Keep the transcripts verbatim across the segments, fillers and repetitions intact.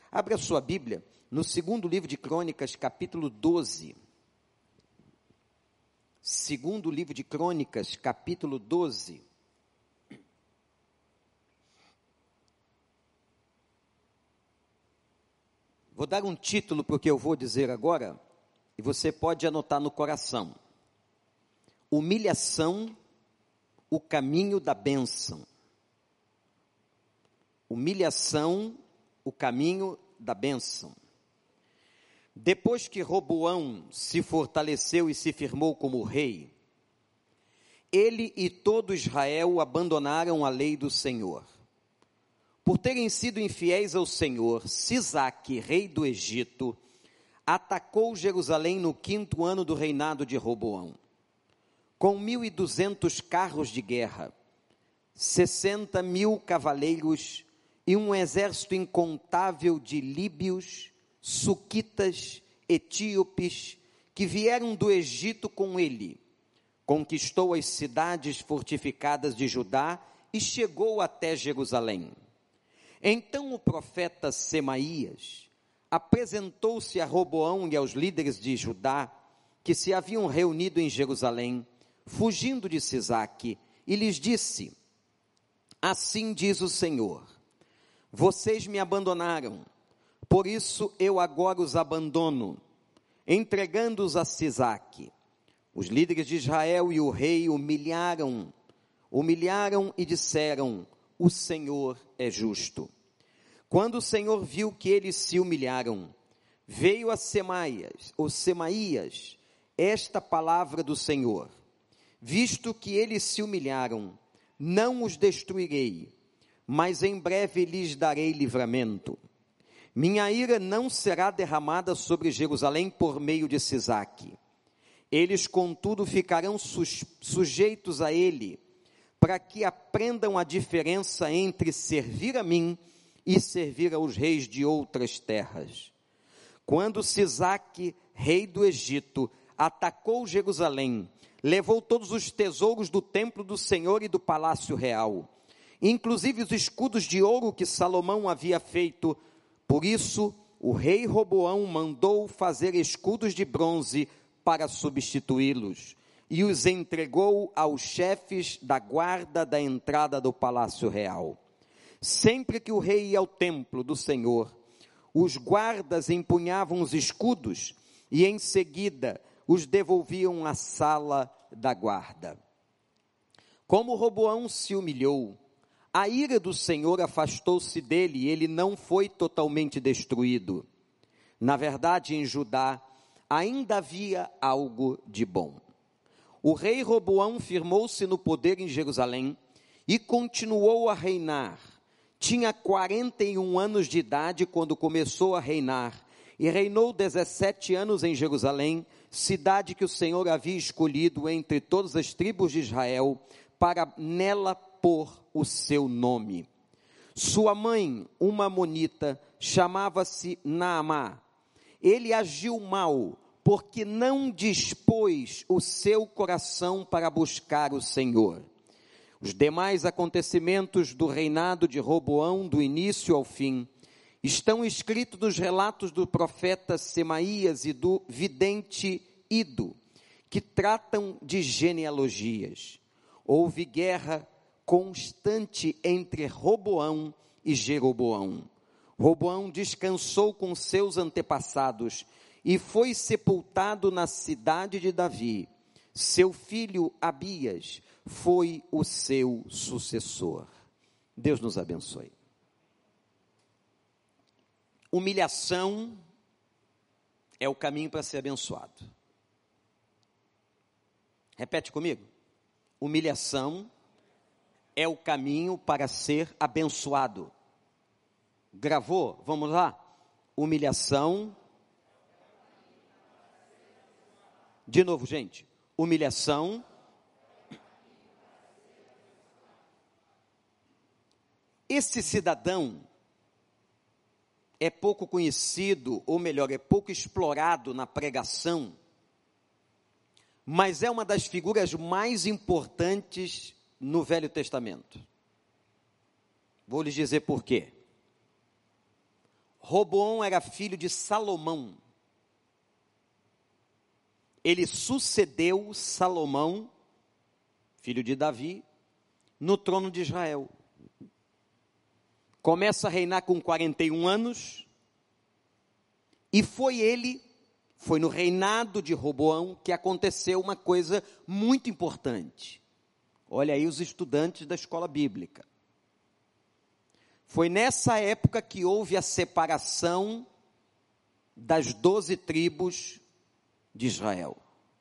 Abra sua Bíblia no segundo livro de Crônicas, capítulo doze. Segundo livro de Crônicas, capítulo doze. Vou dar um título para o que eu vou dizer agora, e você pode anotar no coração. Humilhação, o caminho da bênção. Humilhação, o caminho da bênção. Depois que Roboão se fortaleceu e se firmou como rei, ele e todo Israel abandonaram a lei do Senhor. Por terem sido infiéis ao Senhor, Sisaque, rei do Egito, atacou Jerusalém no quinto ano do reinado de Roboão. Com mil e duzentos carros de guerra, sessenta mil cavaleiros e um exército incontável de líbios, suquitas, etíopes, que vieram do Egito com ele, conquistou as cidades fortificadas de Judá e chegou até Jerusalém. Então o profeta Semaías apresentou-se a Roboão e aos líderes de Judá, que se haviam reunido em Jerusalém, fugindo de Sisaque, e lhes disse: assim diz o Senhor, vocês me abandonaram, por isso eu agora os abandono, entregando-os a Sisaque. Os líderes de Israel e o rei humilharam, humilharam e disseram: o Senhor é justo. Quando o Senhor viu que eles se humilharam, veio a Semaías, ou Semaías, esta palavra do Senhor: visto que eles se humilharam, não os destruirei, mas em breve lhes darei livramento. Minha ira não será derramada sobre Jerusalém por meio de Sisaque. Eles, contudo, ficarão su- sujeitos a ele, para que aprendam a diferença entre servir a mim e servir aos reis de outras terras. Quando Sisaque, rei do Egito, atacou Jerusalém, levou todos os tesouros do templo do Senhor e do palácio real, inclusive os escudos de ouro que Salomão havia feito. Por isso, o rei Roboão mandou fazer escudos de bronze para substituí-los, e os entregou aos chefes da guarda da entrada do palácio real. Sempre que o rei ia ao templo do Senhor, os guardas empunhavam os escudos e em seguida os devolviam à sala da guarda. Como Roboão se humilhou, a ira do Senhor afastou-se dele e ele não foi totalmente destruído. Na verdade, em Judá ainda havia algo de bom. O rei Roboão firmou-se no poder em Jerusalém e continuou a reinar. Tinha quarenta e um anos de idade quando começou a reinar e reinou dezessete anos em Jerusalém, cidade que o Senhor havia escolhido entre todas as tribos de Israel para nela pôr o seu nome. Sua mãe, uma amonita, chamava-se Naamá. Ele agiu mal, porque não dispôs o seu coração para buscar o Senhor. Os demais acontecimentos do reinado de Roboão, do início ao fim, estão escritos nos relatos do profeta Semaías e do vidente Ido, que tratam de genealogias. Houve guerra constante entre Roboão e Jeroboão. Roboão descansou com seus antepassados e foi sepultado na cidade de Davi. Seu filho Abias foi o seu sucessor. Deus nos abençoe. Humilhação é o caminho para ser abençoado. Repete comigo. Humilhação é o caminho para ser abençoado. Gravou? Vamos lá? Humilhação. De novo, gente. Humilhação. Esse cidadão é pouco conhecido, ou melhor, é pouco explorado na pregação, mas é uma das figuras mais importantes no Velho Testamento. Vou lhes dizer por quê. Roboão era filho de Salomão. Ele sucedeu Salomão, filho de Davi, no trono de Israel. Começa a reinar com quarenta e um anos, e foi ele, foi no reinado de Roboão que aconteceu uma coisa muito importante. Olha aí os estudantes da escola bíblica. Foi nessa época que houve a separação das doze tribos de Israel.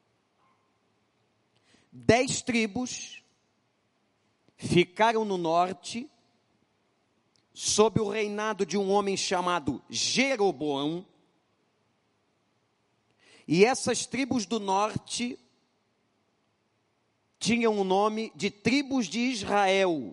Dez tribos ficaram no norte, sob o reinado de um homem chamado Jeroboão, e essas tribos do norte tinham o nome de tribos de Israel.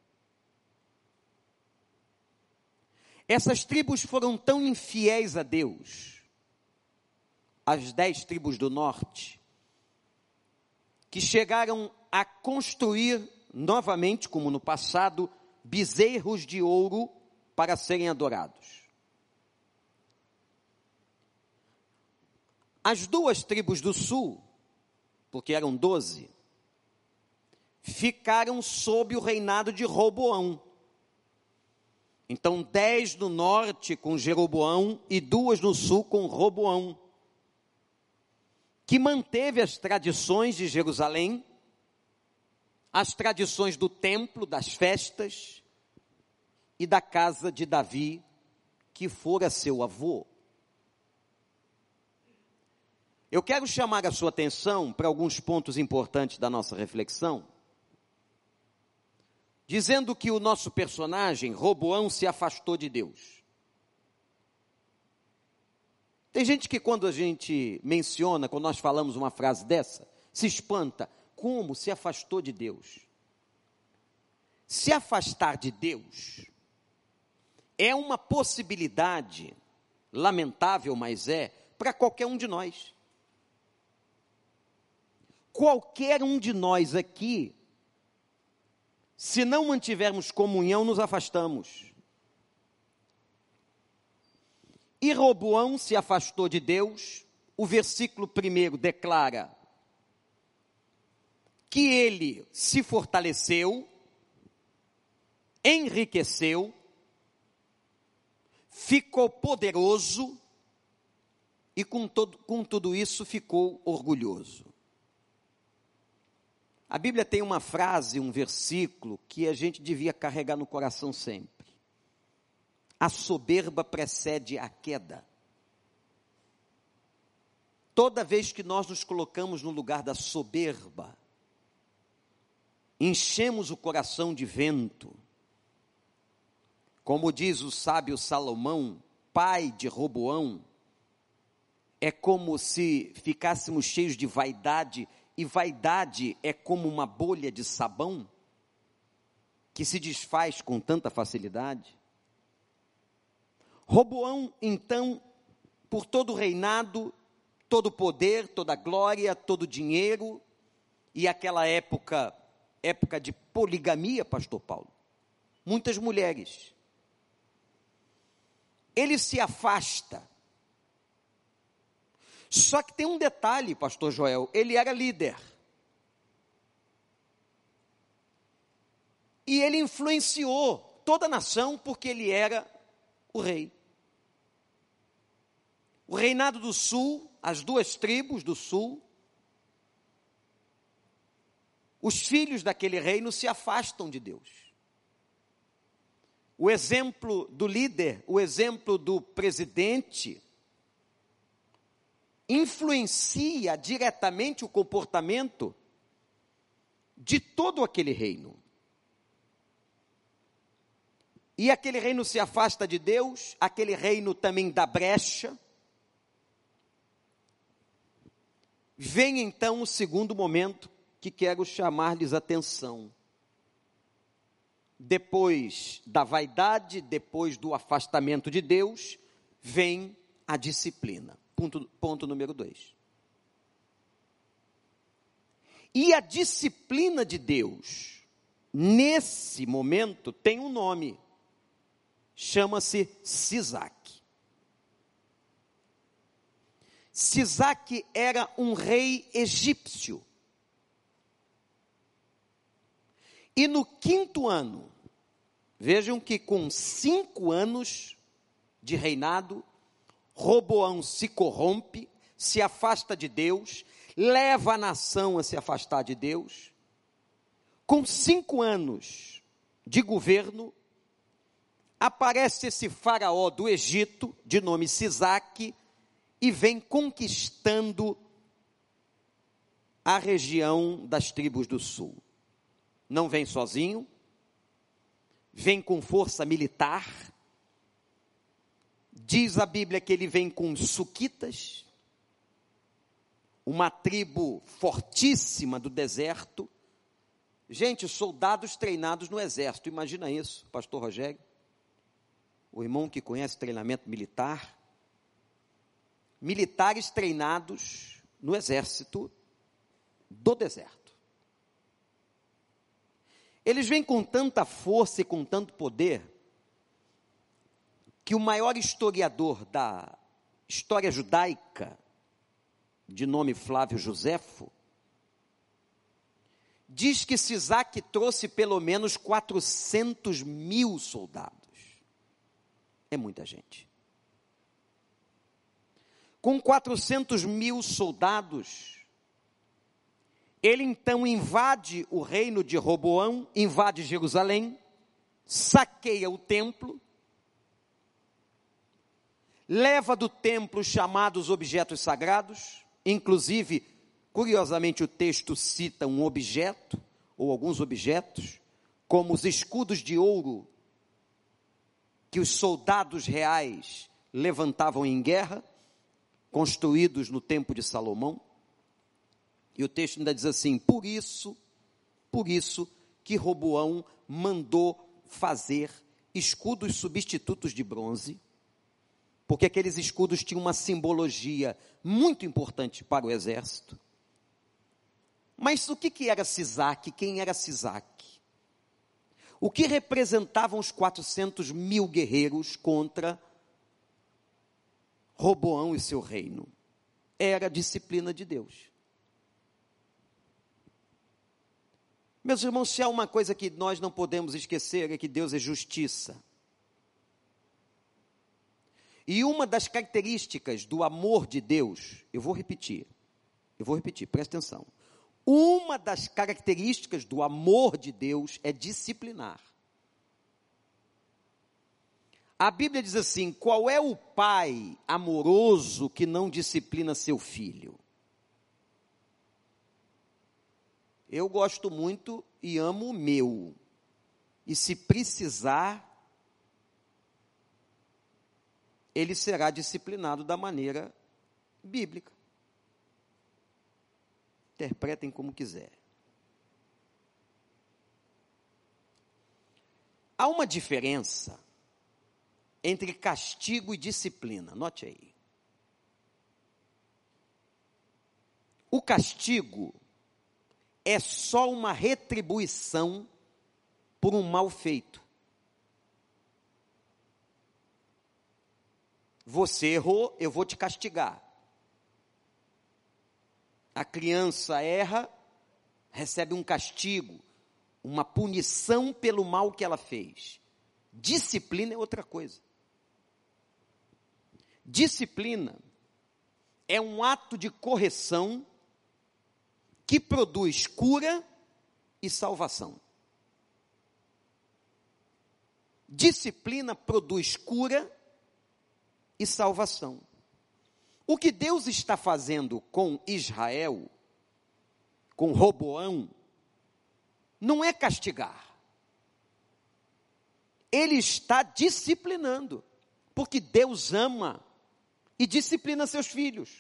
Essas tribos foram tão infiéis a Deus, as dez tribos do norte, que chegaram a construir novamente, como no passado, bezerros de ouro para serem adorados. As duas tribos do sul, porque eram doze, ficaram sob o reinado de Roboão. Então, dez no norte com Jeroboão e duas no sul com Roboão, que manteve as tradições de Jerusalém, as tradições do templo, das festas e da casa de Davi, que fora seu avô. Eu quero chamar a sua atenção para alguns pontos importantes da nossa reflexão, dizendo que o nosso personagem, Roboão, se afastou de Deus. Tem gente que quando a gente menciona, quando nós falamos uma frase dessa, se espanta. Como se afastou de Deus? Se afastar de Deus é uma possibilidade, lamentável, mas é, para qualquer um de nós. Qualquer um de nós aqui, se não mantivermos comunhão, nos afastamos. E Roboão se afastou de Deus. O versículo primeiro declara que ele se fortaleceu, enriqueceu, ficou poderoso e com, todo, com tudo isso ficou orgulhoso. A Bíblia tem uma frase, um versículo que a gente devia carregar no coração sempre. A soberba precede a queda. Toda vez que nós nos colocamos no lugar da soberba, enchemos o coração de vento. Como diz o sábio Salomão, pai de Roboão, é como se ficássemos cheios de vaidade, e vaidade é como uma bolha de sabão que se desfaz com tanta facilidade. Roboão, então, por todo o reinado, todo o poder, toda a glória, todo o dinheiro, e aquela época, época de poligamia, pastor Paulo, muitas mulheres. Ele se afasta. Só que tem um detalhe, pastor Joel, ele era líder. E ele influenciou toda a nação porque ele era o rei. O reinado do sul, as duas tribos do sul, os filhos daquele reino se afastam de Deus. O exemplo do líder, o exemplo do presidente, influencia diretamente o comportamento de todo aquele reino. E aquele reino se afasta de Deus, aquele reino também dá brecha. Vem então o segundo momento que quero chamar-lhes atenção. Depois da vaidade, depois do afastamento de Deus, vem a disciplina. Ponto, ponto número dois. E a disciplina de Deus, nesse momento, tem um nome. Chama-se Sisac. Sisaque era um rei egípcio. E no quinto ano, vejam que com cinco anos de reinado, Roboão se corrompe, se afasta de Deus, leva a nação a se afastar de Deus. Com cinco anos de governo, aparece esse faraó do Egito, de nome Sisaque, e vem conquistando a região das tribos do sul. Não vem sozinho, vem com força militar. Diz a Bíblia que ele vem com suquitas, uma tribo fortíssima do deserto. Gente, soldados treinados no exército, imagina isso, pastor Rogério, o irmão que conhece treinamento militar. Militares treinados no exército do deserto. Eles vêm com tanta força e com tanto poder, que o maior historiador da história judaica, de nome Flávio Joséfo, diz que Sisaque trouxe pelo menos quatrocentos mil soldados. É muita gente. Com quatrocentos mil soldados, ele então invade o reino de Roboão, invade Jerusalém, saqueia o templo, leva do templo chamados objetos sagrados, inclusive, curiosamente o texto cita um objeto, ou alguns objetos, como os escudos de ouro que os soldados reais levantavam em guerra, construídos no tempo de Salomão. E o texto ainda diz assim: por isso, por isso que Roboão mandou fazer escudos substitutos de bronze, porque aqueles escudos tinham uma simbologia muito importante para o exército. Mas o que, que era Sisaque? Quem era Sisaque? O que representavam os quatrocentos mil guerreiros contra Roboão e seu reino? Era a disciplina de Deus. Meus irmãos, se há uma coisa que nós não podemos esquecer, é que Deus é justiça. E uma das características do amor de Deus, eu vou repetir, eu vou repetir, presta atenção. Uma das características do amor de Deus é disciplinar. A Bíblia diz assim: qual é o pai amoroso que não disciplina seu filho? Eu gosto muito e amo o meu. E se precisar, ele será disciplinado da maneira bíblica. Interpretem como quiser. Há uma diferença entre castigo e disciplina. Note aí. O castigo é só uma retribuição por um mal feito. Você errou, eu vou te castigar. A criança erra, recebe um castigo, uma punição pelo mal que ela fez. Disciplina é outra coisa. Disciplina é um ato de correção que produz cura e salvação. Disciplina produz cura e salvação. O que Deus está fazendo com Israel, com Roboão, não é castigar. Ele está disciplinando, porque Deus ama e disciplina seus filhos.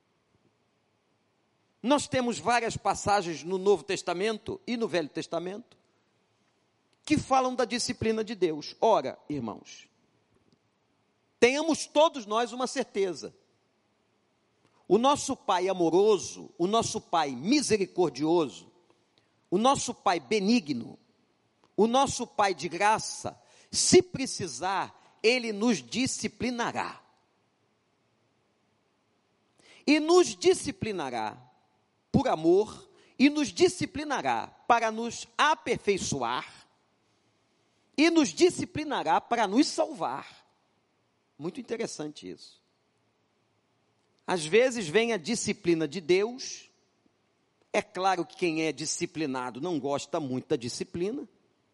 Nós temos várias passagens no Novo Testamento e no Velho Testamento que falam da disciplina de Deus. Ora, irmãos, tenhamos todos nós uma certeza. O nosso Pai amoroso, o nosso Pai misericordioso, o nosso Pai benigno, o nosso Pai de graça, se precisar, Ele nos disciplinará. e nos disciplinará por amor, e nos disciplinará para nos aperfeiçoar, e nos disciplinará para nos salvar. Muito interessante isso. Às vezes vem a disciplina de Deus. É claro que quem é disciplinado não gosta muito da disciplina,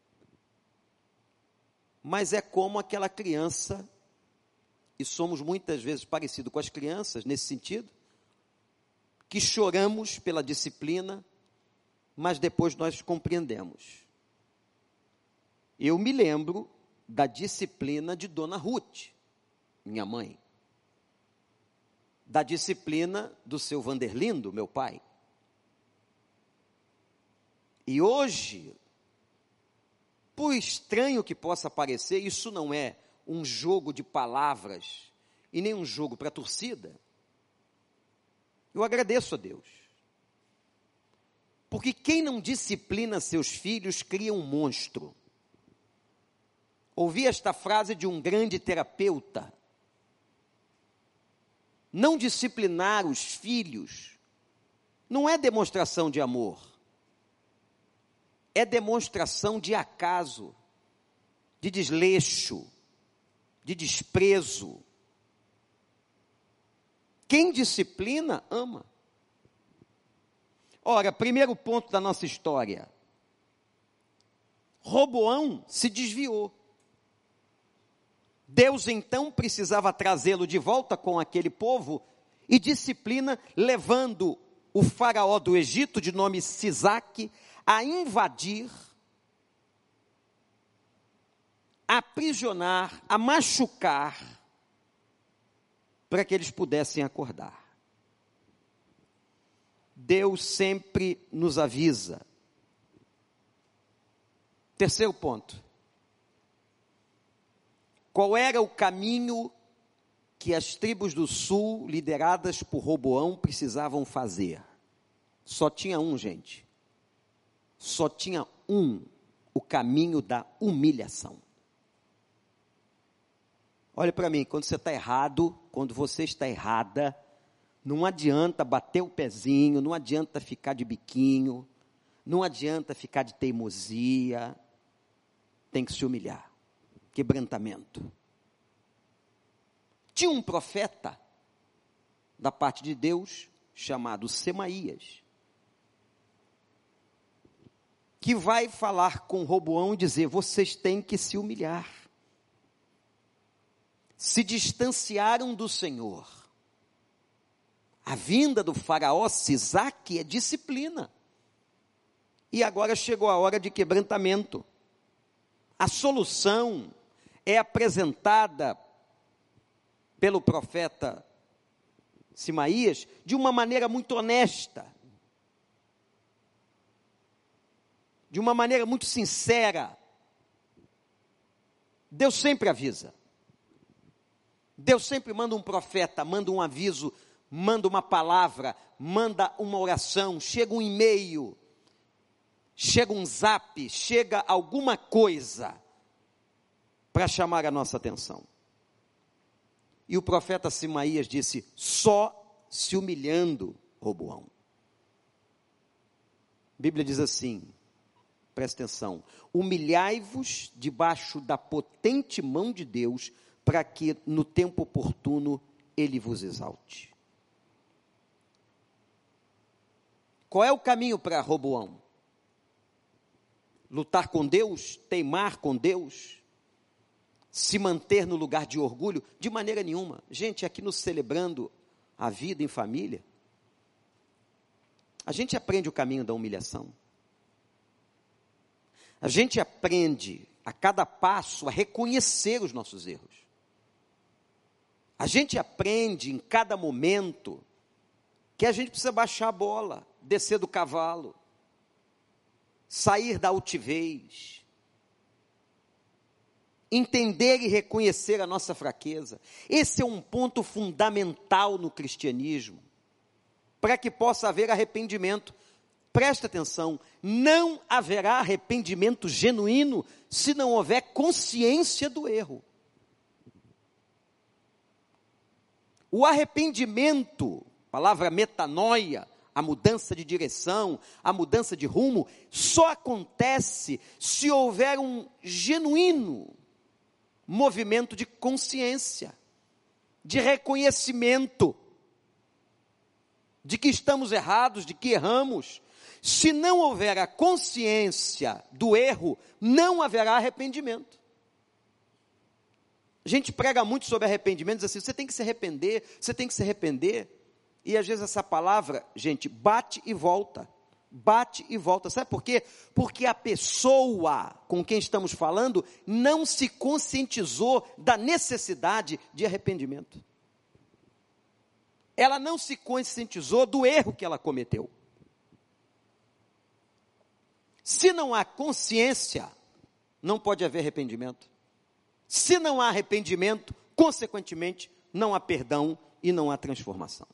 mas é como aquela criança, e somos muitas vezes parecidos com as crianças nesse sentido, que choramos pela disciplina, mas depois nós compreendemos. Eu me lembro da disciplina de Dona Ruth, minha mãe, da disciplina do seu Vanderlindo, meu pai. E hoje, por estranho que possa parecer, isso não é um jogo de palavras e nem um jogo para a torcida. Eu agradeço a Deus. Porque quem não disciplina seus filhos cria um monstro. Ouvi esta frase de um grande terapeuta. Não disciplinar os filhos não é demonstração de amor. É demonstração de acaso, de desleixo, de desprezo. Quem disciplina, ama. Ora, primeiro ponto da nossa história. Roboão se desviou. Deus então precisava trazê-lo de volta com aquele povo e disciplina, levando o faraó do Egito, de nome Sisaque, a invadir, a aprisionar, a machucar, para que eles pudessem acordar. Deus sempre nos avisa. Terceiro ponto. Qual era o caminho que as tribos do sul, lideradas por Roboão, precisavam fazer? Só tinha um, gente. Só tinha um, o caminho da humilhação. Olha para mim, quando você está errado, quando você está errada, não adianta bater o pezinho, não adianta ficar de biquinho, não adianta ficar de teimosia, tem que se humilhar. Quebrantamento. Tinha um profeta da parte de Deus, chamado Semaías, que vai falar com Roboão e dizer: vocês têm que se humilhar. Se distanciaram do Senhor. A vinda do faraó Sisaque é disciplina. E agora chegou a hora de quebrantamento. A solução é apresentada pelo profeta Semaías de uma maneira muito honesta, de uma maneira muito sincera. Deus sempre avisa. Deus sempre manda um profeta, manda um aviso, manda uma palavra, manda uma oração, chega um e-mail, chega um zap, chega alguma coisa para chamar a nossa atenção. E o profeta Semaías disse: só se humilhando, Roboão. A Bíblia diz assim, presta atenção: humilhai-vos debaixo da potente mão de Deus, para que no tempo oportuno Ele vos exalte. Qual é o caminho para Roboão? Lutar com Deus? Teimar com Deus? Se manter no lugar de orgulho? De maneira nenhuma. Gente, aqui nos celebrando a vida em família, a gente aprende o caminho da humilhação. A gente aprende a cada passo a reconhecer os nossos erros. A gente aprende em cada momento que a gente precisa baixar a bola, descer do cavalo, sair da altivez, entender e reconhecer a nossa fraqueza. Esse é um ponto fundamental no cristianismo, para que possa haver arrependimento. Presta atenção, não haverá arrependimento genuíno se não houver consciência do erro. O arrependimento palavra metanoia, a mudança de direção, a mudança de rumo, só acontece se houver um genuíno movimento de consciência, de reconhecimento, de que estamos errados, de que erramos. Se não houver a consciência do erro, não haverá arrependimento. A gente prega muito sobre arrependimento, diz assim, você tem que se arrepender, você tem que se arrepender. E às vezes essa palavra, gente, bate e volta, bate e volta. Sabe por quê? Porque a pessoa com quem estamos falando não se conscientizou da necessidade de arrependimento. Ela não se conscientizou do erro que ela cometeu. Se não há consciência, não pode haver arrependimento. Se não há arrependimento, consequentemente, não há perdão e não há transformação.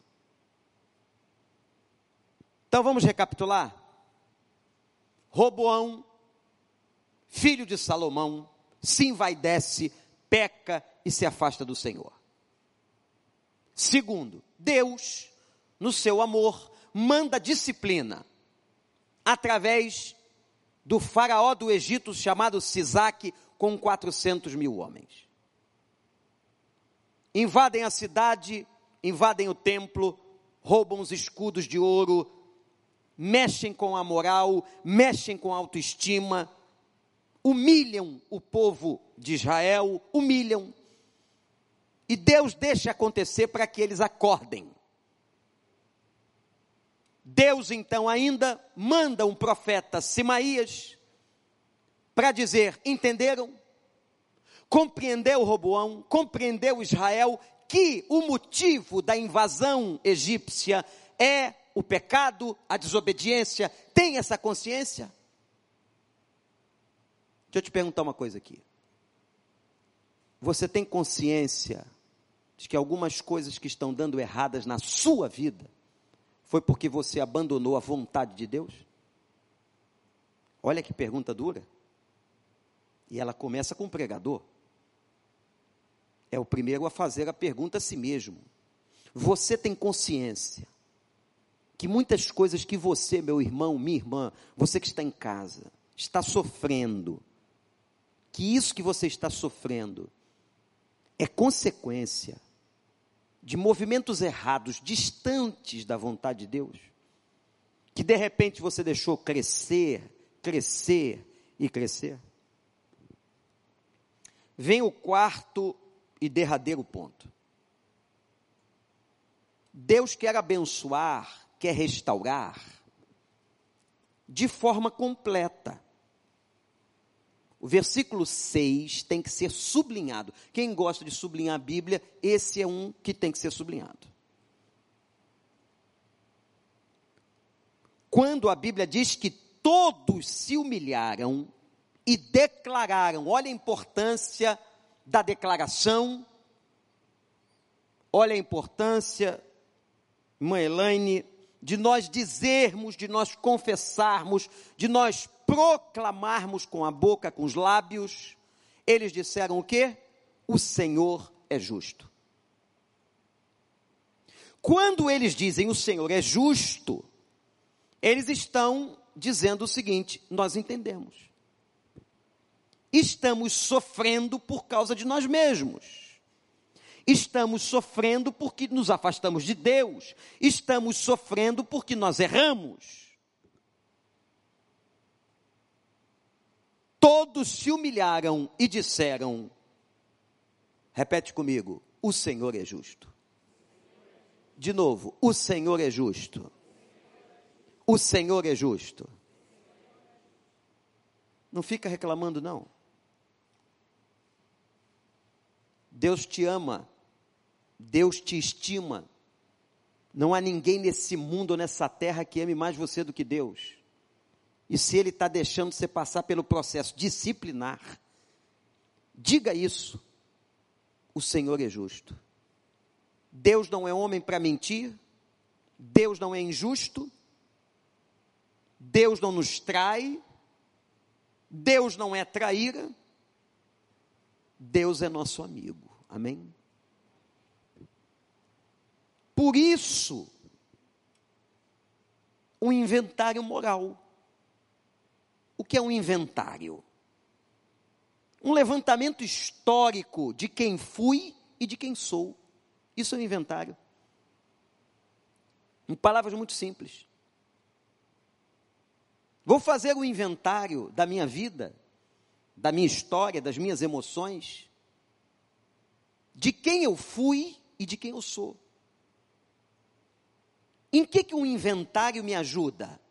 Então vamos recapitular. Roboão, filho de Salomão, se envaidece, peca e se afasta do Senhor. Segundo, Deus, no seu amor, manda disciplina através do faraó do Egito chamado Sisaque, com quatrocentos mil homens. Invadem a cidade, invadem o templo, roubam os escudos de ouro, mexem com a moral, mexem com a autoestima, humilham o povo de Israel, humilham. E Deus deixa acontecer para que eles acordem. Deus então ainda manda um profeta Semaías para dizer, entenderam? Compreendeu Roboão, compreendeu Israel, que o motivo da invasão egípcia é o pecado, a desobediência, tem essa consciência? Deixa eu te perguntar uma coisa aqui. Você tem consciência de que algumas coisas que estão dando erradas na sua vida, foi porque você abandonou a vontade de Deus? Olha que pergunta dura. E ela começa com o pregador. É o primeiro a fazer a pergunta a si mesmo. Você tem consciência que muitas coisas que você, meu irmão, minha irmã, você que está em casa, está sofrendo, que isso que você está sofrendo é consequência de movimentos errados, distantes da vontade de Deus, que de repente você deixou crescer, crescer e crescer? Vem o quarto e derradeiro ponto. Deus quer abençoar, quer restaurar, de forma completa. O versículo seis tem que ser sublinhado. Quem gosta de sublinhar a Bíblia, esse é um que tem que ser sublinhado. Quando a Bíblia diz que todos se humilharam e declararam, olha a importância da declaração, olha a importância, irmã Elaine, de nós dizermos, de nós confessarmos, de nós proclamarmos com a boca, com os lábios. Eles disseram o quê? O Senhor é justo. Quando eles dizem o Senhor é justo, eles estão dizendo o seguinte, nós entendemos. Estamos sofrendo por causa de nós mesmos. Estamos sofrendo porque nos afastamos de Deus. Estamos sofrendo porque nós erramos. Todos se humilharam e disseram, repete comigo, o Senhor é justo. De novo, o Senhor é justo. O Senhor é justo. Não fica reclamando, não. Deus te ama, Deus te estima. Não há ninguém nesse mundo, nessa terra, que ame mais você do que Deus. E se Ele está deixando você passar pelo processo disciplinar, diga isso, o Senhor é justo. Deus não é homem para mentir, Deus não é injusto, Deus não nos trai, Deus não é traíra, Deus é nosso amigo, amém? Por isso, um inventário moral. O que é um inventário? Um levantamento histórico de quem fui e de quem sou. Isso é um inventário. Em palavras muito simples. Vou fazer um inventário da minha vida, da minha história, das minhas emoções, de quem eu fui e de quem eu sou. Em que que um inventário me ajuda?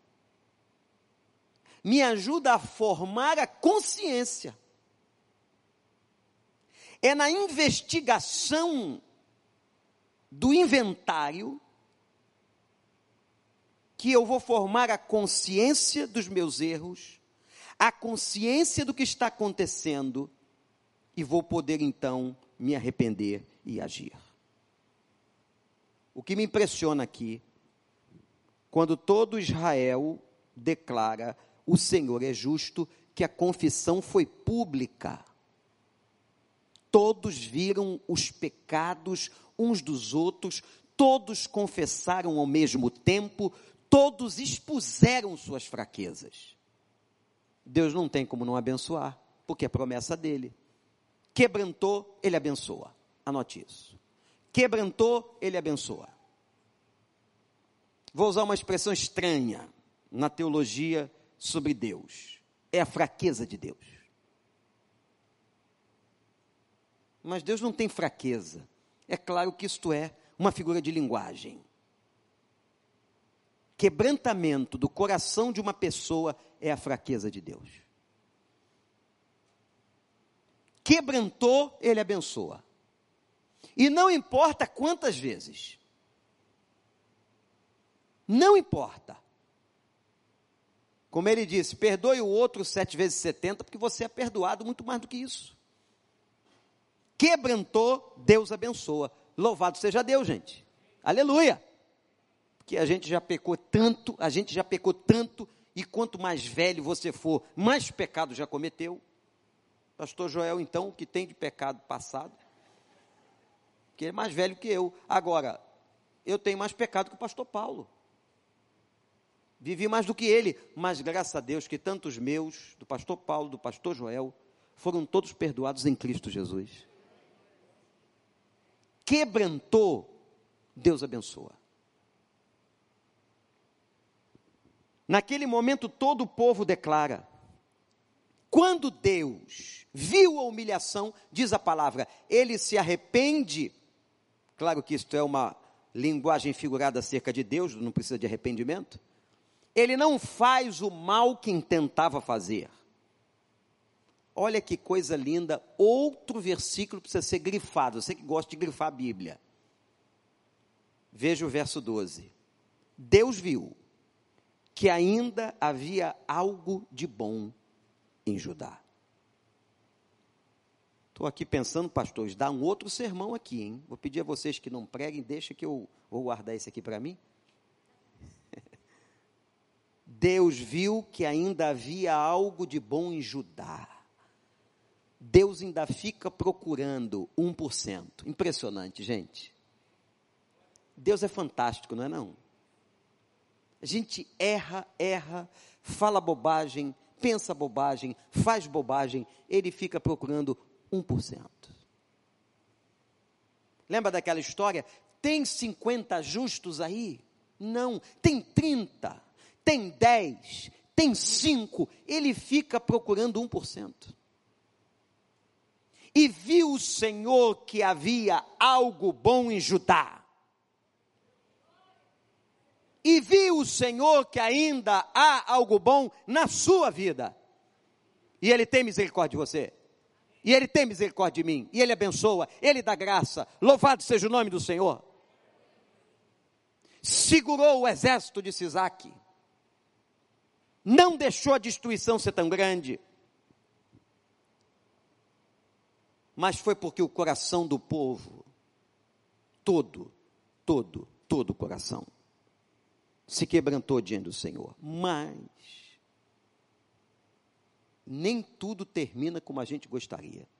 Me ajuda a formar a consciência. É na investigação do inventário que eu vou formar a consciência dos meus erros, a consciência do que está acontecendo, e vou poder então me arrepender e agir. O que me impressiona aqui, quando todo Israel declara: o Senhor é justo, que a confissão foi pública. Todos viram os pecados uns dos outros, todos confessaram ao mesmo tempo, todos expuseram suas fraquezas. Deus não tem como não abençoar, porque é promessa dele. Quebrantou, ele abençoa. Anote isso. Quebrantou, ele abençoa. Vou usar uma expressão estranha na teologia sobre Deus. É a fraqueza de Deus. Mas Deus não tem fraqueza. É claro que isto é uma figura de linguagem. Quebrantamento do coração de uma pessoa é a fraqueza de Deus. Quebrantou, ele abençoa. E não importa quantas vezes. Não importa. Como ele disse, perdoe o outro sete vezes setenta, porque você é perdoado muito mais do que isso. Quebrantou, Deus abençoa. Louvado seja Deus, gente. Aleluia. Porque a gente já pecou tanto, a gente já pecou tanto, e quanto mais velho você for, mais pecado já cometeu. Pastor Joel, então, o que tem de pecado passado? Porque ele é mais velho que eu. Agora, eu tenho mais pecado que o pastor Paulo. Vivi mais do que ele, mas graças a Deus que tantos meus, do pastor Paulo, do pastor Joel, foram todos perdoados em Cristo Jesus. Quebrantou, Deus abençoa. Naquele momento todo o povo declara. Quando Deus viu a humilhação, diz a palavra, ele se arrepende. Claro que isto é uma linguagem figurada acerca de Deus, não precisa de arrependimento. Ele não faz o mal que intentava fazer. Olha que coisa linda, outro versículo precisa ser grifado, você que gosta de grifar a Bíblia. Veja o verso doze. Deus viu que ainda havia algo de bom em Judá. Estou aqui pensando, pastores, dar um outro sermão aqui, hein? Vou pedir a vocês que não preguem, deixa que eu vou guardar esse aqui para mim. Deus viu que ainda havia algo de bom em Judá. Deus ainda fica procurando um por cento. Impressionante, gente. Deus é fantástico, não é não? A gente erra, erra, fala bobagem, pensa bobagem, faz bobagem, ele fica procurando um por cento. Lembra daquela história? Tem cinquenta justos aí? Não, tem trinta. Tem dez, tem cinco, ele fica procurando um por cento. E viu o Senhor que havia algo bom em Judá. E viu o Senhor que ainda há algo bom na sua vida. E Ele tem misericórdia de você. E Ele tem misericórdia de mim. E Ele abençoa, Ele dá graça. Louvado seja o nome do Senhor. Segurou o exército de Sisaque. Não deixou a destruição ser tão grande. Mas foi porque o coração do povo, todo, todo, todo o coração, se quebrantou diante do Senhor. Mas, nem tudo termina como a gente gostaria.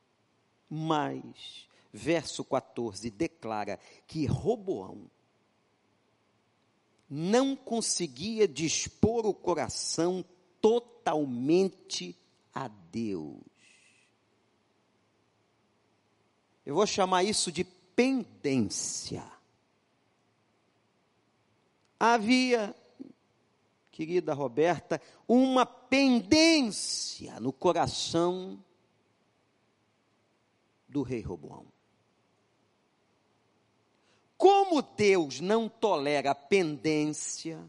Mas, verso quatorze declara que Roboão não conseguia dispor o coração totalmente a Deus. Eu vou chamar isso de pendência. Havia, querida Roberta, uma pendência no coração do rei Roboão. Como Deus não tolera a pendência,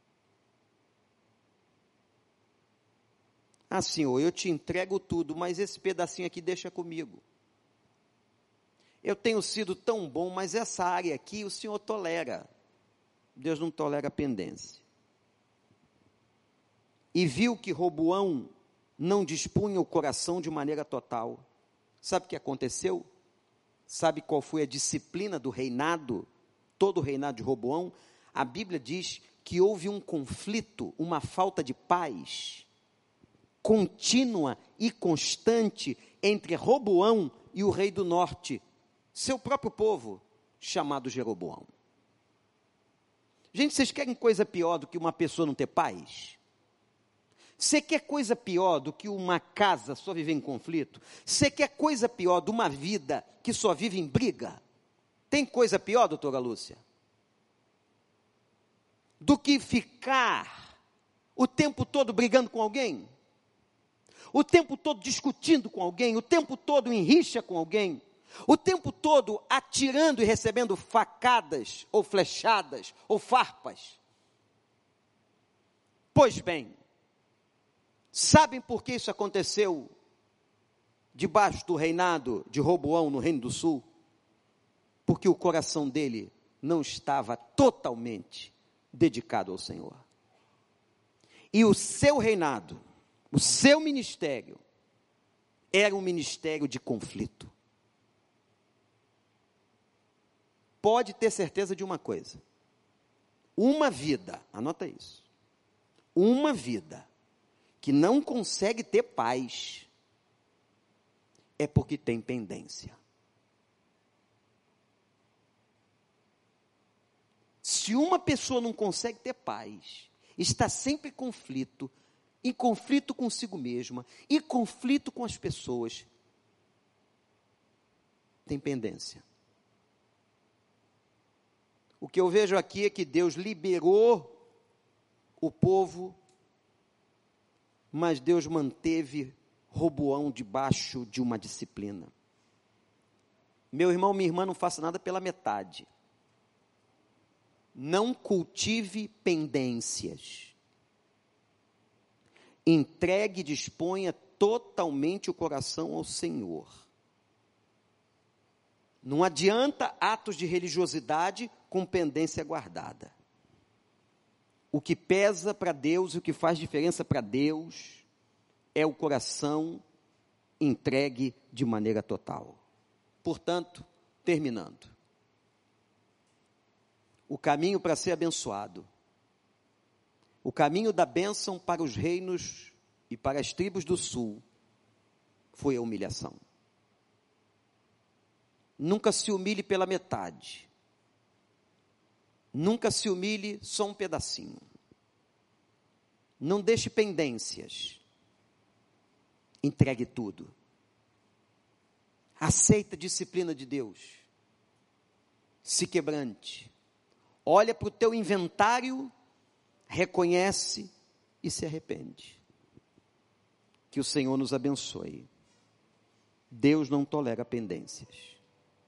ah, Senhor, eu te entrego tudo, mas esse pedacinho aqui deixa comigo. Eu tenho sido tão bom, mas essa área aqui o Senhor tolera. Deus não tolera a pendência. E viu que Roboão não dispunha o coração de maneira total. Sabe o que aconteceu? Sabe qual foi a disciplina do reinado, todo o reinado de Roboão? A Bíblia diz que houve um conflito, uma falta de paz contínua e constante entre Roboão e o rei do norte, seu próprio povo, chamado Jeroboão. Gente, vocês querem coisa pior do que uma pessoa não ter paz? Você quer coisa pior do que uma casa só viver em conflito? Você quer coisa pior de uma vida que só vive em briga? Tem coisa pior, doutora Lúcia? Do que ficar o tempo todo brigando com alguém? O tempo todo discutindo com alguém? O tempo todo em rixa com alguém? O tempo todo atirando e recebendo facadas, ou flechadas, ou farpas? Pois bem, sabem por que isso aconteceu debaixo do reinado de Roboão no Reino do Sul? Porque o coração dele não estava totalmente dedicado ao Senhor. E o seu reinado, o seu ministério, era um ministério de conflito. Pode ter certeza de uma coisa: uma vida, anota isso, uma vida que não consegue ter paz, é porque tem pendência. Se uma pessoa não consegue ter paz, está sempre em conflito, em conflito consigo mesma, em conflito com as pessoas, tem pendência. O que eu vejo aqui é que Deus liberou o povo, mas Deus manteve Roboão debaixo de uma disciplina. Meu irmão, minha irmã, não faça nada pela metade. Não cultive pendências. Entregue e disponha totalmente o coração ao Senhor. Não adianta atos de religiosidade com pendência guardada. O que pesa para Deus e o que faz diferença para Deus é o coração entregue de maneira total. Portanto, terminando, o caminho para ser abençoado, o caminho da bênção para os reinos e para as tribos do sul, foi a humilhação. Nunca se humilhe pela metade. Nunca se humilhe só um pedacinho. Não deixe pendências. Entregue tudo. Aceita a disciplina de Deus. Se quebrante. Olha para o teu inventário, reconhece e se arrepende. Que o Senhor nos abençoe. Deus não tolera pendências.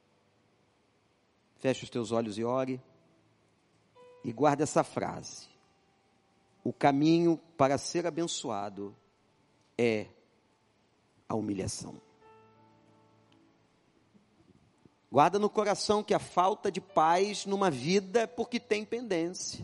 Feche os teus olhos e ore. E guarda essa frase: o caminho para ser abençoado é a humilhação. Guarda no coração que a falta de paz numa vida é porque tem pendência.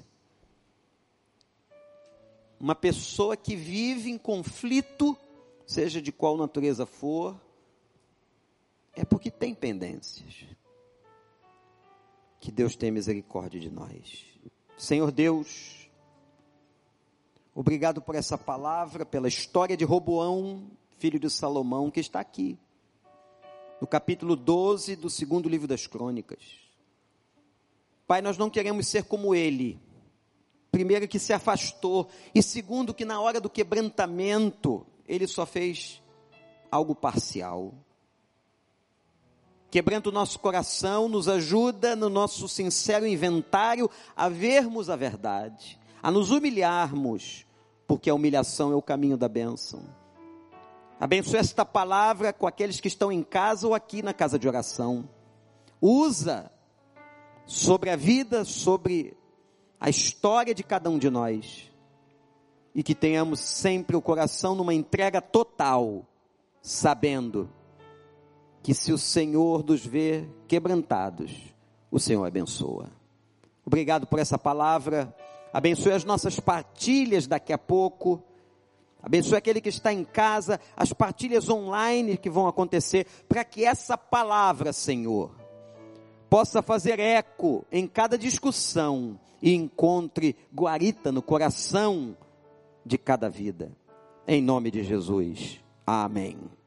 Uma pessoa que vive em conflito, seja de qual natureza for, é porque tem pendências. Que Deus tenha misericórdia de nós. Senhor Deus, obrigado por essa palavra, pela história de Roboão, filho de Salomão, que está aqui, no capítulo doze do segundo livro das Crônicas. Pai, nós não queremos ser como ele, primeiro, que se afastou, e segundo, que na hora do quebrantamento, ele só fez algo parcial. Quebranta o nosso coração, nos ajuda no nosso sincero inventário a vermos a verdade, a nos humilharmos, porque a humilhação é o caminho da bênção. Abençoe esta palavra com aqueles que estão em casa ou aqui na casa de oração. Usa sobre a vida, sobre a história de cada um de nós. E que tenhamos sempre o coração numa entrega total, sabendo que se o Senhor nos vê quebrantados, o Senhor abençoa. Obrigado por essa palavra. Abençoe as nossas partilhas daqui a pouco. Abençoe aquele que está em casa, as partilhas online que vão acontecer, para que essa palavra, Senhor, possa fazer eco em cada discussão e encontre guarita no coração de cada vida. Em nome de Jesus. Amém.